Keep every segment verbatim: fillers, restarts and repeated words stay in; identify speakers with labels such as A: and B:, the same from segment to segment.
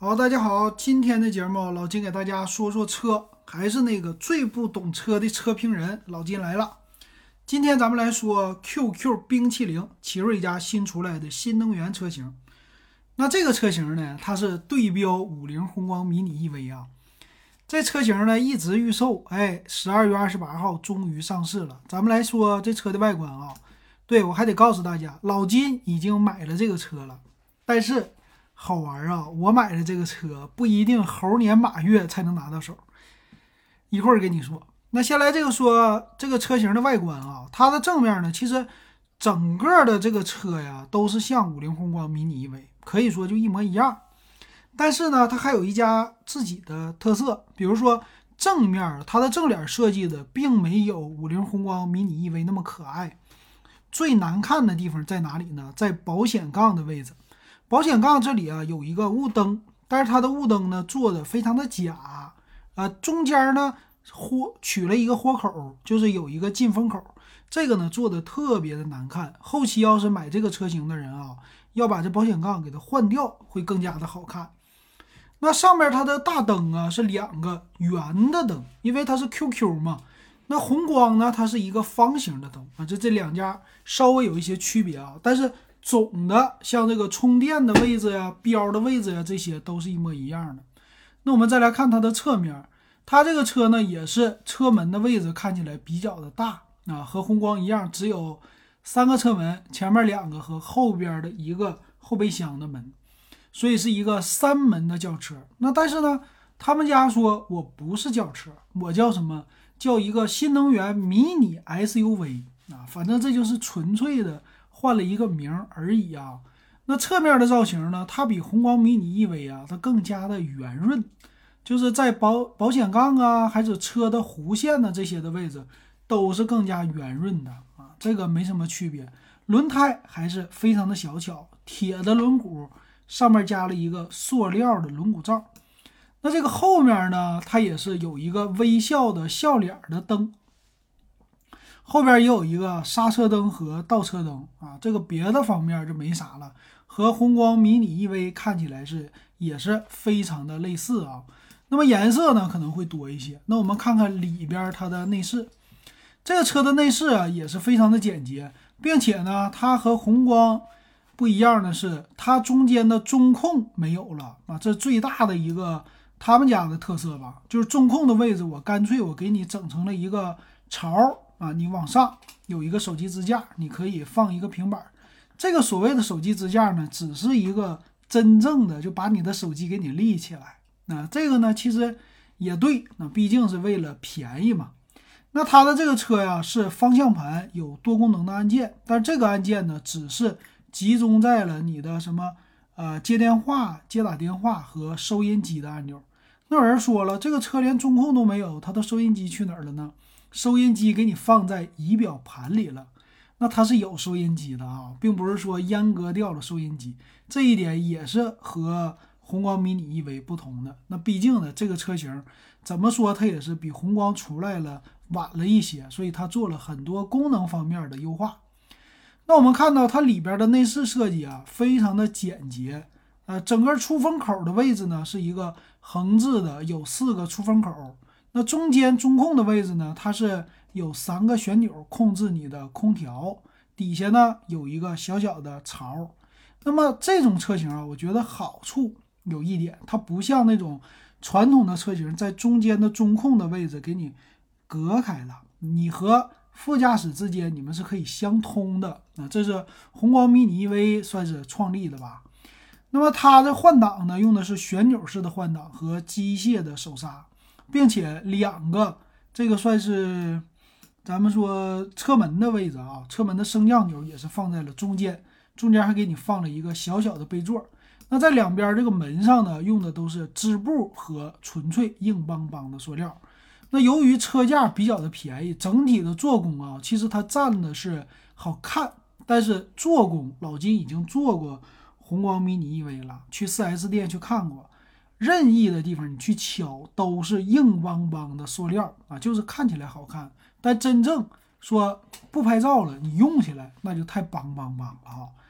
A: 好，大家好，今天的节目老金给大家说说车，还是那个最不懂车的车评人老金来了。今天咱们来说 Q Q 冰淇淋，奇瑞家新出来的新能源车型。那这个车型呢，它是对标五菱宏光迷你 E V 啊。这车型呢一直预售，哎，十二月二十八号终于上市了。咱们来说这车的外观啊，对，我还得告诉大家，老金已经买了这个车了，但是好玩啊！我买的这个车不一定猴年马月才能拿到手，一会儿跟你说。那先来这个说这个车型的外观啊，它的正面呢，其实整个的这个车呀都是像五菱宏光迷你 E V， 可以说就一模一样。但是呢，它还有一家自己的特色，比如说正面它的正脸设计的并没有五菱宏光迷你 E V 那么可爱。最难看的地方在哪里呢？在保险杠的位置。保险杠这里啊有一个雾灯，但是它的雾灯呢做的非常的假，啊，中间呢豁取了一个豁口，就是有一个进风口，这个呢做的特别的难看。后期要是买这个车型的人啊，要把这保险杠给它换掉，会更加的好看。那上面它的大灯啊是两个圆的灯，因为它是 Q Q 嘛。那宏光呢，它是一个方形的灯啊，这这两家稍微有一些区别啊，但是总的像这个充电的位置呀、标的位置呀，这些都是一模一样的。那我们再来看它的侧面，它这个车呢也是车门的位置看起来比较的大啊，和宏光一样，只有三个车门，前面两个和后边的一个后备箱的门。所以是一个三门的轿车。那但是呢，他们家说我不是轿车，我叫什么？叫一个新能源迷你 S U V 啊，反正这就是纯粹的换了一个名而已啊。那侧面的造型呢，它比宏光迷你 E V 啊，它更加的圆润，就是在保保险杠啊，还是车的弧线的这些的位置，都是更加圆润的啊，这个没什么区别。轮胎还是非常的小巧，铁的轮毂。上面加了一个塑料的轮毂罩，那这个后面呢，它也是有一个微笑的笑脸的灯，后边也有一个刹车灯和倒车灯啊，这个别的方面就没啥了，和宏光迷你 E V 看起来是也是非常的类似啊。那么颜色呢可能会多一些。那我们看看里边它的内饰，这个车的内饰啊也是非常的简洁，并且呢，它和宏光不一样的是，它中间的中控没有了啊，这最大的一个他们家的特色吧，就是中控的位置，我干脆我给你整成了一个槽啊，你往上有一个手机支架，你可以放一个平板。这个所谓的手机支架呢，只是一个真正的就把你的手机给你立起来。那这个呢，其实也对，那毕竟是为了便宜嘛。那它的这个车呀，是方向盘有多功能的按键，但这个按键呢，只是集中在了你的什么呃接电话、接打电话和收音机的按钮。那有人说了，这个车连中控都没有，它的收音机去哪儿了呢？收音机给你放在仪表盘里了。那它是有收音机的啊，并不是说阉割掉了收音机，这一点也是和宏光迷你 E V 不同的。那毕竟呢，这个车型怎么说，它也是比宏光出来了晚了一些，所以它做了很多功能方面的优化。那我们看到它里边的内饰设计啊，非常的简洁。呃，整个出风口的位置呢是一个横置的，有四个出风口。那中间中控的位置呢，它是有三个旋钮控制你的空调，底下呢有一个小小的槽。那么这种车型啊，我觉得好处有一点，它不像那种传统的车型在中间的中控的位置给你隔开了，你和副驾驶之间你们是可以相通的啊，这是宏光迷你 E V 算是创立的吧。那么它的换挡呢，用的是旋钮式的换挡和机械的手刹，并且两个这个算是咱们说车门的位置啊，车门的升降钮也是放在了中间，中间还给你放了一个小小的杯座。那在两边这个门上呢，用的都是织布和纯粹硬邦邦的塑料。那由于车价比较的便宜，整体的做工啊，其实它占的是好看，但是做工老金已经做过宏光迷你 E V 了，去 四 S 店去看过，任意的地方你去敲都是硬邦邦的塑料啊，就是看起来好看，但真正说不拍照了，你用起来那就太邦邦邦了啊。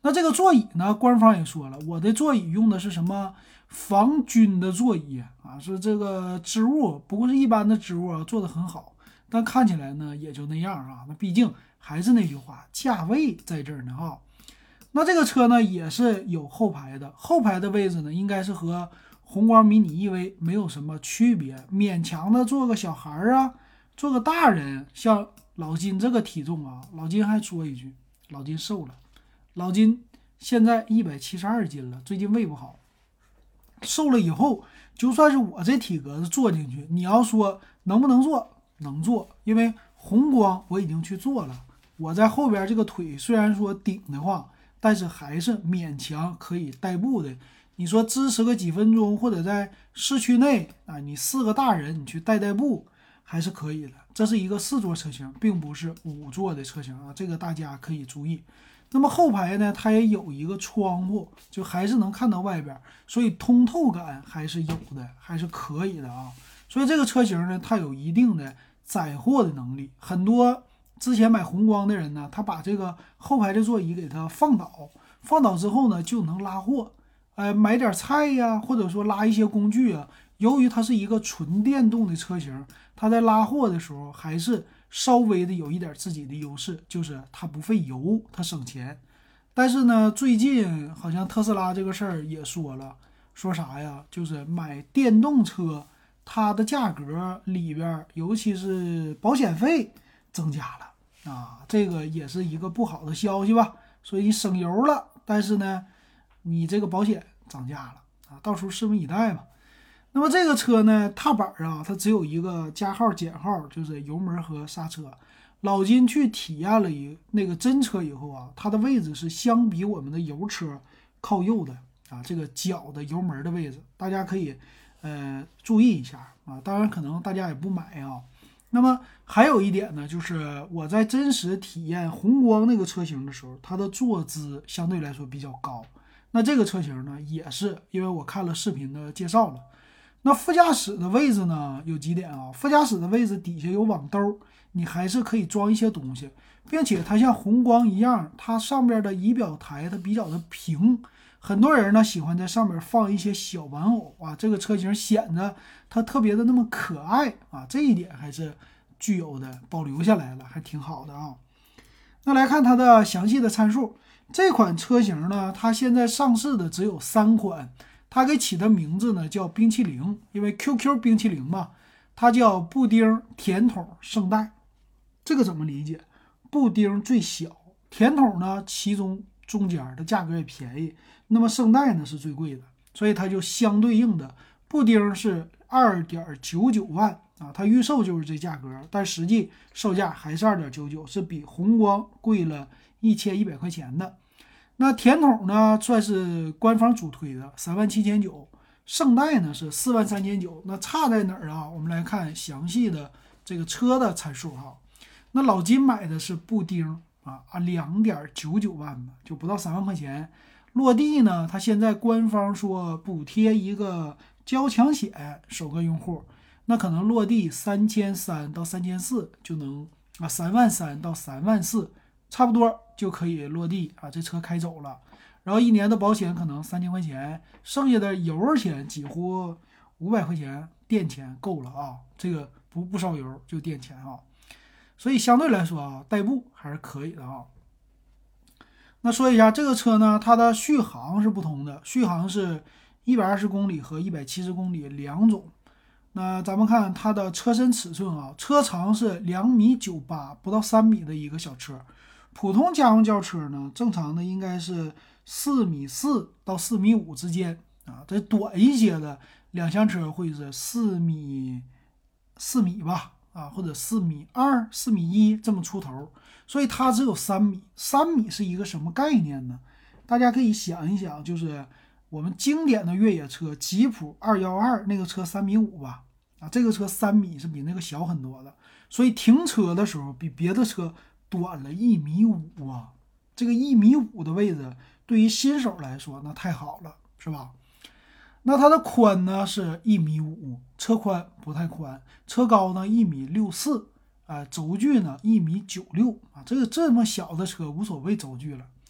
A: 那这个座椅呢，官方也说了，我的座椅用的是什么防菌的座椅啊，是这个织物，不过是一般的织物啊，做的很好，但看起来呢也就那样啊。那毕竟还是那句话，价位在这儿呢哈。那这个车呢也是有后排的，后排的位置呢应该是和宏光迷你 E V 没有什么区别，勉强的坐个小孩啊，坐个大人，像老金这个体重啊，老金还说一句，老金瘦了，老金现在一百七十二斤了，最近胃不好，瘦了以后，就算是我这体格子坐进去，你要说能不能坐，能坐，因为宏光我已经去做了，我在后边这个腿虽然说顶的话，但是还是勉强可以代步的。你说支持个几分钟，或者在市区内啊，你四个大人你去代代步还是可以的。这是一个四座车型，并不是五座的车型啊，这个大家可以注意。那么后排呢，它也有一个窗户，就还是能看到外边，所以通透感还是有的，还是可以的啊。所以这个车型呢，它有一定的载货的能力。很多之前买宏光的人呢，他把这个后排的座椅给它放倒，放倒之后呢，就能拉货。呃，买点菜呀，或者说拉一些工具啊。由于它是一个纯电动的车型，它在拉货的时候还是稍微的有一点自己的优势，就是它不费油，它省钱。但是呢，最近好像特斯拉这个事儿也说了，说啥呀？就是买电动车，它的价格里边，尤其是保险费增加了啊，这个也是一个不好的消息吧。所以省油了，但是呢，你这个保险涨价了啊，到时候拭目以待吧。那么这个车呢，踏板啊，它只有一个加号减号，就是油门和刹车。老金去体验了一那个真车以后啊，它的位置是相比我们的油车靠右的啊，这个脚的油门的位置，大家可以呃注意一下啊。当然可能大家也不买啊。那么还有一点呢，就是我在真实体验宏光那个车型的时候，它的坐姿相对来说比较高。那这个车型呢，也是因为我看了视频的介绍了。那副驾驶的位置呢，有几点啊？副驾驶的位置底下有网兜，你还是可以装一些东西，并且它像宏光一样，它上边的仪表台它比较的平，很多人呢喜欢在上面放一些小玩偶啊，这个车型显得它特别的那么可爱啊，这一点还是具有的，保留下来了，还挺好的啊。那来看它的详细的参数，这款车型呢，它现在上市的只有三款，它给起的名字呢叫冰淇淋，因为 Q Q 冰淇淋嘛，它叫布丁、甜筒、圣代。这个怎么理解？布丁最小，甜筒呢其中中间的价格也便宜，那么圣代呢是最贵的，所以它就相对应的，布丁是 二点九九万啊，它预售就是这价格，但实际售价还是 二点九九，是比宏光贵了一千一百块钱的。那甜筒呢算是官方主推的三万七千九，圣代呢是四万三千九，那差在哪儿啊？我们来看详细的这个车的参数哈。那老金买的是布丁啊啊，两点九九万吧，就不到三万块钱。落地呢，它现在官方说补贴一个交强险，首个用户，那可能落地三千三到三千四就能啊，三万三到三万四，差不多就可以落地啊，这车开走了。然后一年的保险可能三千块钱，剩下的油钱几乎五百块钱电钱够了啊，这个不不烧油就电钱啊，所以相对来说啊，代步还是可以的啊。那说一下这个车呢，它的续航是不同的，续航是一百二十公里和一百七十公里两种。那咱们看它的车身尺寸啊，车长是两米九八，不到三米的一个小车。普通家用轿车呢，正常的应该是四米四到四米五之间啊，这短一些的两厢车会是四米四米吧，啊，或者四米二、四米一这么出头。所以它只有三米，三米是一个什么概念呢？大家可以想一想，就是我们经典的越野车吉普二一二那个车三米五吧，啊，这个车三米是比那个小很多的，所以停车的时候比别的车短了一米五啊，这个一米五的位置对于新手来说那太好了，是吧？那它的宽呢是一米五，车宽不太宽，车高呢一米六四。啊，轴距呢一米九六啊，这个这么小的车无所谓轴距了。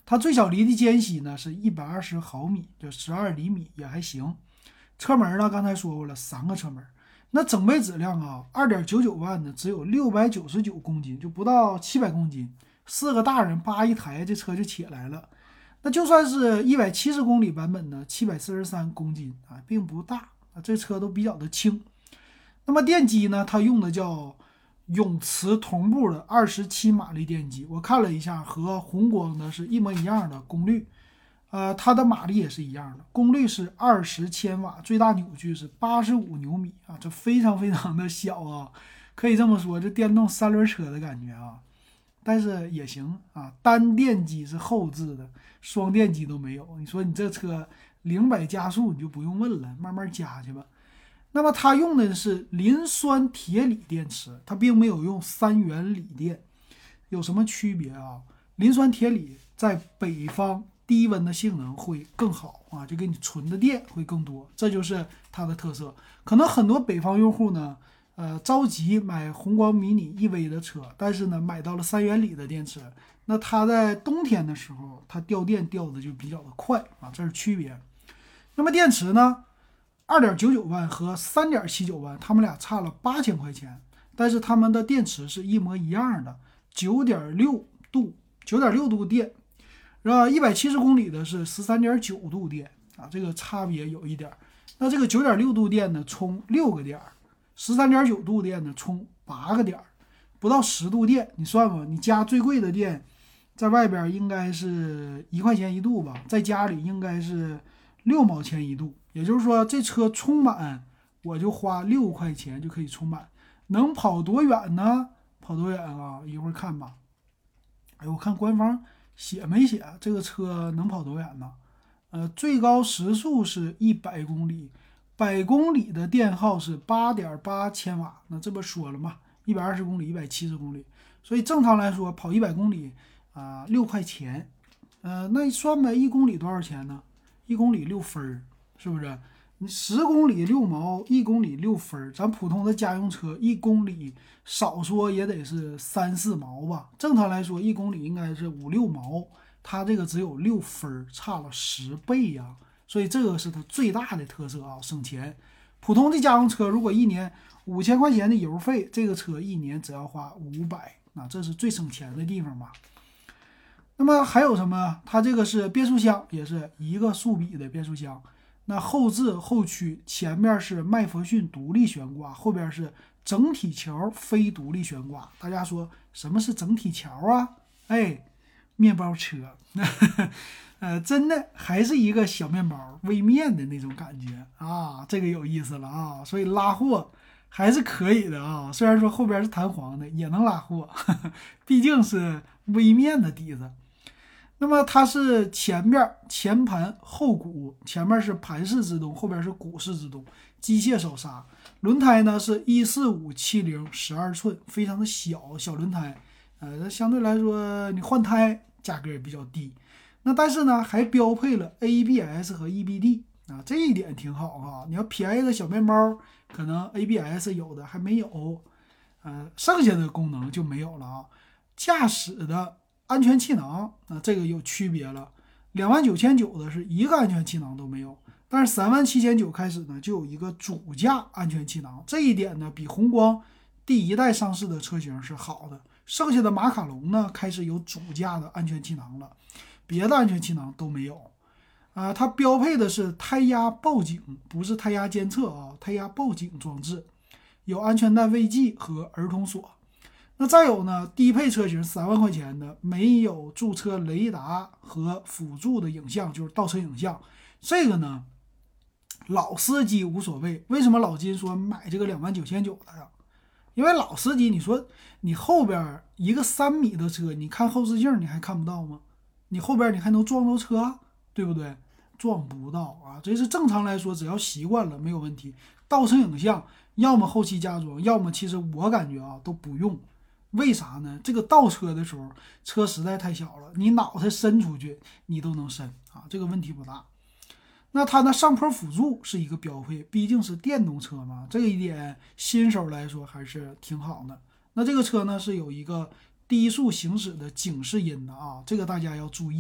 A: 它最小离地间隙呢是一百二十毫米，就十二厘米也还行。车门呢刚才说过了，三个车门。那整备质量啊，二点九九万呢只有六百九十九公斤，就不到七百公斤，四个大人扒一台，这车就起来了。那就算是一百七十公里版本呢，七百四十三公斤啊，并不大啊，这车都比较的轻。那么电机呢，它用的叫永磁同步的二十七马力电机，我看了一下，和宏光的是一模一样的功率，呃，它的马力也是一样的，功率是二十千瓦，最大扭矩是八十五牛米啊，这非常非常的小啊，可以这么说，这电动三轮车的感觉啊。但是也行啊，单电机是后置的，双电机都没有。你说你这车零百加速你就不用问了，慢慢加去吧。那么它用的是磷酸铁锂电池，它并没有用三元锂电，有什么区别啊？磷酸铁锂在北方低温的性能会更好啊，就给你存的电会更多，这就是它的特色。可能很多北方用户呢。呃，着急买宏光迷你 E V 的车，但是呢，买到了三元锂的电池，那它在冬天的时候，它掉电掉的就比较的快啊，这是区别。那么电池呢，二点九九万和三点七九万，它们俩差了八千块钱，但是它们的电池是一模一样的，九点六度，九点六度电，然后一百七十公里的是十三点九度电啊，这个差别有一点。那这个九点六度电呢，充六个点。十三点九度电呢，充八个点，不到十度电，你算吧，你家最贵的电，在外边应该是一块钱一度吧，在家里应该是六毛钱一度，也就是说这车充满我就花六块钱就可以充满，能跑多远呢？跑多远啊？一会儿看吧。哎，我看官方写没写这个车能跑多远呢？呃，最高时速是一百公里。百公里的电耗是 八点八千瓦，那这不说了吗？一百二十公里，一百七十公里，所以正常来说跑一百公里啊，六、呃、块钱，呃，那算呗，一公里多少钱呢？一公里六分，是不是？你十公里六毛，一公里六分，咱普通的家用车一公里少说也得是三四毛吧？正常来说一公里应该是五六毛，它这个只有六分，差了十倍呀、啊。所以这个是它最大的特色啊，省钱。普通的家用车如果一年五千块钱的油费，这个车一年只要花五百，那这是最省钱的地方吧。那么还有什么？它这个是变速箱，也是一个速比的变速箱。那后置后驱，前面是麦弗逊独立悬挂，后边是整体桥非独立悬挂。大家说什么是整体桥啊？哎，面包车。呃，真的还是一个小面包微面的那种感觉啊，这个有意思了啊，所以拉货还是可以的啊，虽然说后边是弹簧的，也能拉货，呵呵，毕竟是微面的底子。那么它是前面前盘后鼓，前面是盘式制动，后边是鼓式制动，机械手刹。轮胎呢是一四五七零十二寸，非常的小小轮胎，呃，相对来说你换胎价格也比较低。那但是呢，还标配了 A B S 和 E B D 啊，这一点挺好啊。你要便宜的小面包，可能 A B S 有的还没有，呃，剩下的功能就没有了啊。驾驶的安全气囊，那、啊、这个有区别了。两万九千九的是一个安全气囊都没有，但是三万七千九开始呢，就有一个主驾安全气囊，这一点呢，比宏光第一代上市的车型是好的。剩下的马卡龙呢，开始有主驾的安全气囊了。别的安全气囊都没有，啊、呃，它标配的是胎压报警，不是胎压监测啊，胎压报警装置，有安全带未系和儿童锁。那再有呢，低配车型三万块钱的没有驻车雷达和辅助的影像，就是倒车影像。这个呢，老司机无所谓。为什么老金说买这个两万九千九的呀？因为老司机，你说你后边一个三米的车，你看后视镜你还看不到吗？你后边你还能撞到车，对不对？撞不到啊，这是正常来说，只要习惯了没有问题。倒车影像要么后期加装，要么其实我感觉啊都不用。为啥呢？这个倒车的时候车实在太小了，你脑袋伸出去你都能伸啊，这个问题不大。那它的上坡辅助是一个标配，毕竟是电动车嘛，这一点新手来说还是挺好的。那这个车呢是有一个低速行驶的警示音的啊，这个大家要注意，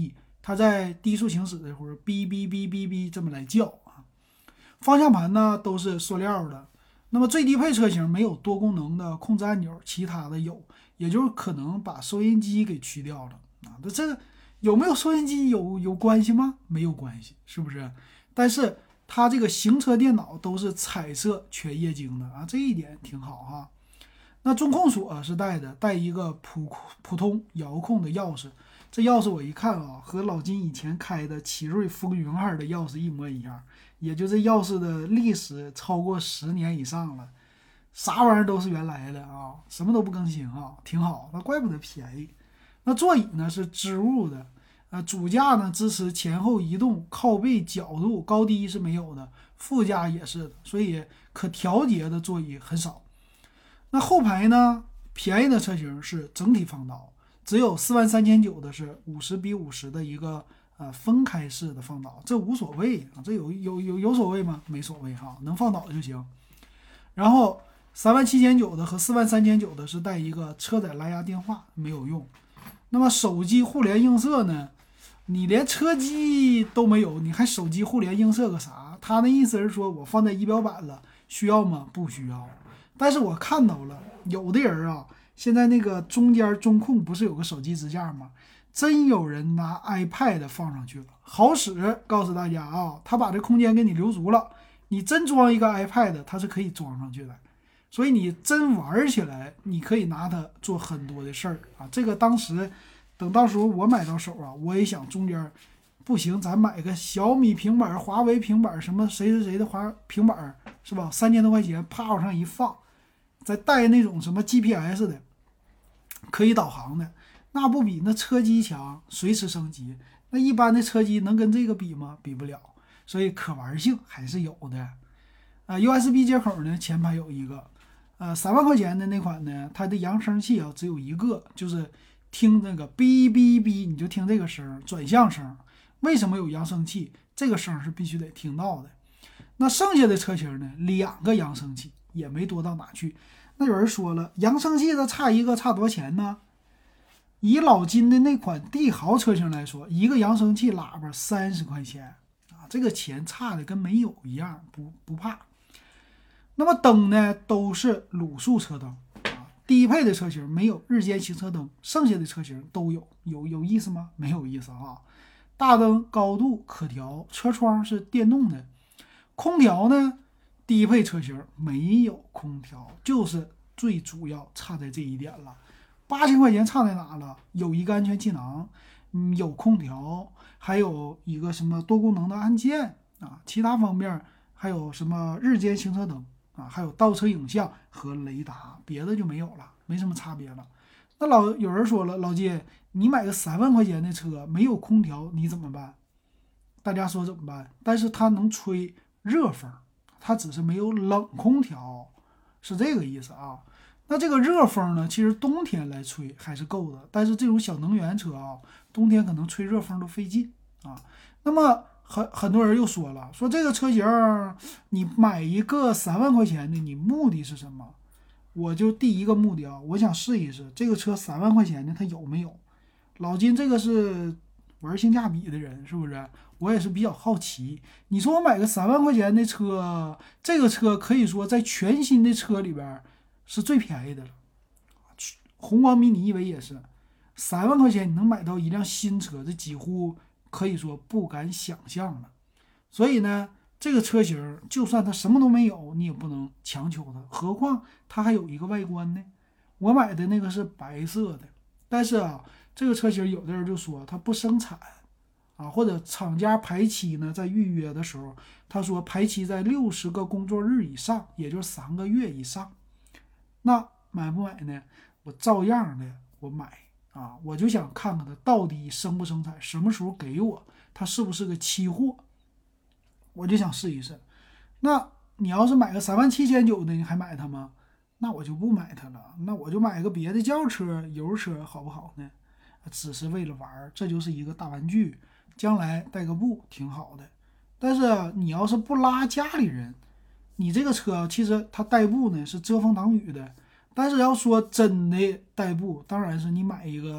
A: 它在低速行驶的时候哔哔哔哔哔这么来叫啊。方向盘呢都是塑料的。那么最低配车型没有多功能的控制按钮，其他的有，也就是可能把收音机给去掉了啊。那这个有没有收音机有有关系吗？没有关系，是不是？但是它这个行车电脑都是彩色全液晶的啊，这一点挺好哈。那中控锁是带的，带一个普普通遥控的钥匙。这钥匙我一看啊，和老金以前开的奇瑞风云二的钥匙一模一样，也就这钥匙的历史超过十年以上了，啥玩意儿都是原来的啊，什么都不更新啊，挺好，那怪不得便宜。那座椅呢是织物的，呃，主驾呢支持前后移动，靠背角度高低是没有的，副驾也是的，所以可调节的座椅很少。那后排呢，便宜的车型是整体放倒，只有四万三千九的是五十比五十的一个呃分开式的放倒，这无所谓啊，这有有有有所谓吗？没所谓哈，能放倒就行。然后三万七千九的和四万三千九的是带一个车载蓝牙电话，没有用。那么手机互联映射呢？你连车机都没有，你还手机互联映射个啥？他那意思是说我放在仪表板了，需要吗？不需要。但是我看到了，有的人啊，现在那个中间中控不是有个手机支架吗？真有人拿 iPad 放上去了，好使。告诉大家啊，他把这空间给你留足了，你真装一个 iPad， 它是可以装上去的。所以你真玩起来，你可以拿它做很多的事儿啊。这个当时等到时候我买到手啊，我也想中间不行，咱买个小米平板、华为平板，什么谁谁谁的华平板是吧？三千多块钱，啪往上一放。再带那种什么 G P S 的，可以导航的，那不比那车机强，随时升级。那一般的车机能跟这个比吗？比不了。所以可玩性还是有的。啊、呃、，U S B 接口呢，前排有一个。呃，三万块钱的那款呢，它的扬声器啊只有一个，就是听那个哔哔哔，你就听这个声，转向声。为什么有扬声器？这个声是必须得听到的。那剩下的车型呢，两个扬声器也没多到哪去。那有人说了，扬声器的差一个差多少钱呢？以老金的那款帝豪车型来说，一个扬声器喇叭三十块钱啊，这个钱差的跟没有一样，不不怕。那么灯呢，都是卤素车灯啊，低配的车型没有日间行车灯，剩下的车型都有，有有意思吗？没有意思啊。大灯高度可调，车窗是电动的，空调呢？低配车型没有空调，就是最主要差在这一点了。八千块钱差在哪了？有一个安全气囊，嗯，有空调，还有一个什么多功能的按键啊，其他方面还有什么日间行车灯啊，还有倒车影像和雷达，别的就没有了，没什么差别了。那老有人说了，老金，你买个三万块钱的车没有空调，你怎么办？大家说怎么办？但是它能吹热风。它只是没有冷空调，是这个意思啊。那这个热风呢，其实冬天来吹还是够的，但是这种小能源车啊，冬天可能吹热风都费劲啊。那么很很多人又说了，说这个车型你买一个三万块钱的，你目的是什么？我就第一个目的啊，我想试一试这个车三万块钱的它有没有。老金这个是玩性价比的人，是不是？我也是比较好奇。你说我买个三万块钱的车，这个车可以说在全新的车里边是最便宜的了。宏光迷你 E V 也是，三万块钱你能买到一辆新车，这几乎可以说不敢想象了。所以呢，这个车型就算它什么都没有，你也不能强求它。何况它还有一个外观呢，我买的那个是白色的，但是啊，这个车型有的人就说它不生产。啊，或者厂家排期呢，在预约的时候，他说排期在六十个工作日以上，也就是三个月以上。那买不买呢？我照样的我买啊，我就想看看它到底生不生产，什么时候给我，它是不是个期货，我就想试一试。那你要是买个三万七千九的，你还买它吗？那我就不买它了，那我就买个别的轿车、油车，好不好呢？只是为了玩，这就是一个大玩具。将来带个步挺好的，但是你要是不拉家里人，你这个车其实它带步呢是遮风挡雨的，但是要说真的代步，当然是你买一个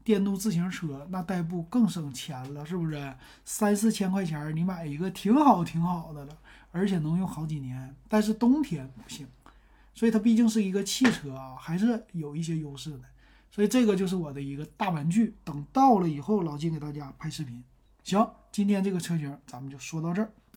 A: 电动自行车那代步更省钱了，是不是？三四千块钱你买一个挺好挺好的了，而且能用好几年。但是冬天不行，所以它毕竟是一个汽车啊，还是有一些优势的。所以这个就是我的一个大玩具，等到了以后老金给大家拍视频。行，今天这个车型咱们就说到这儿。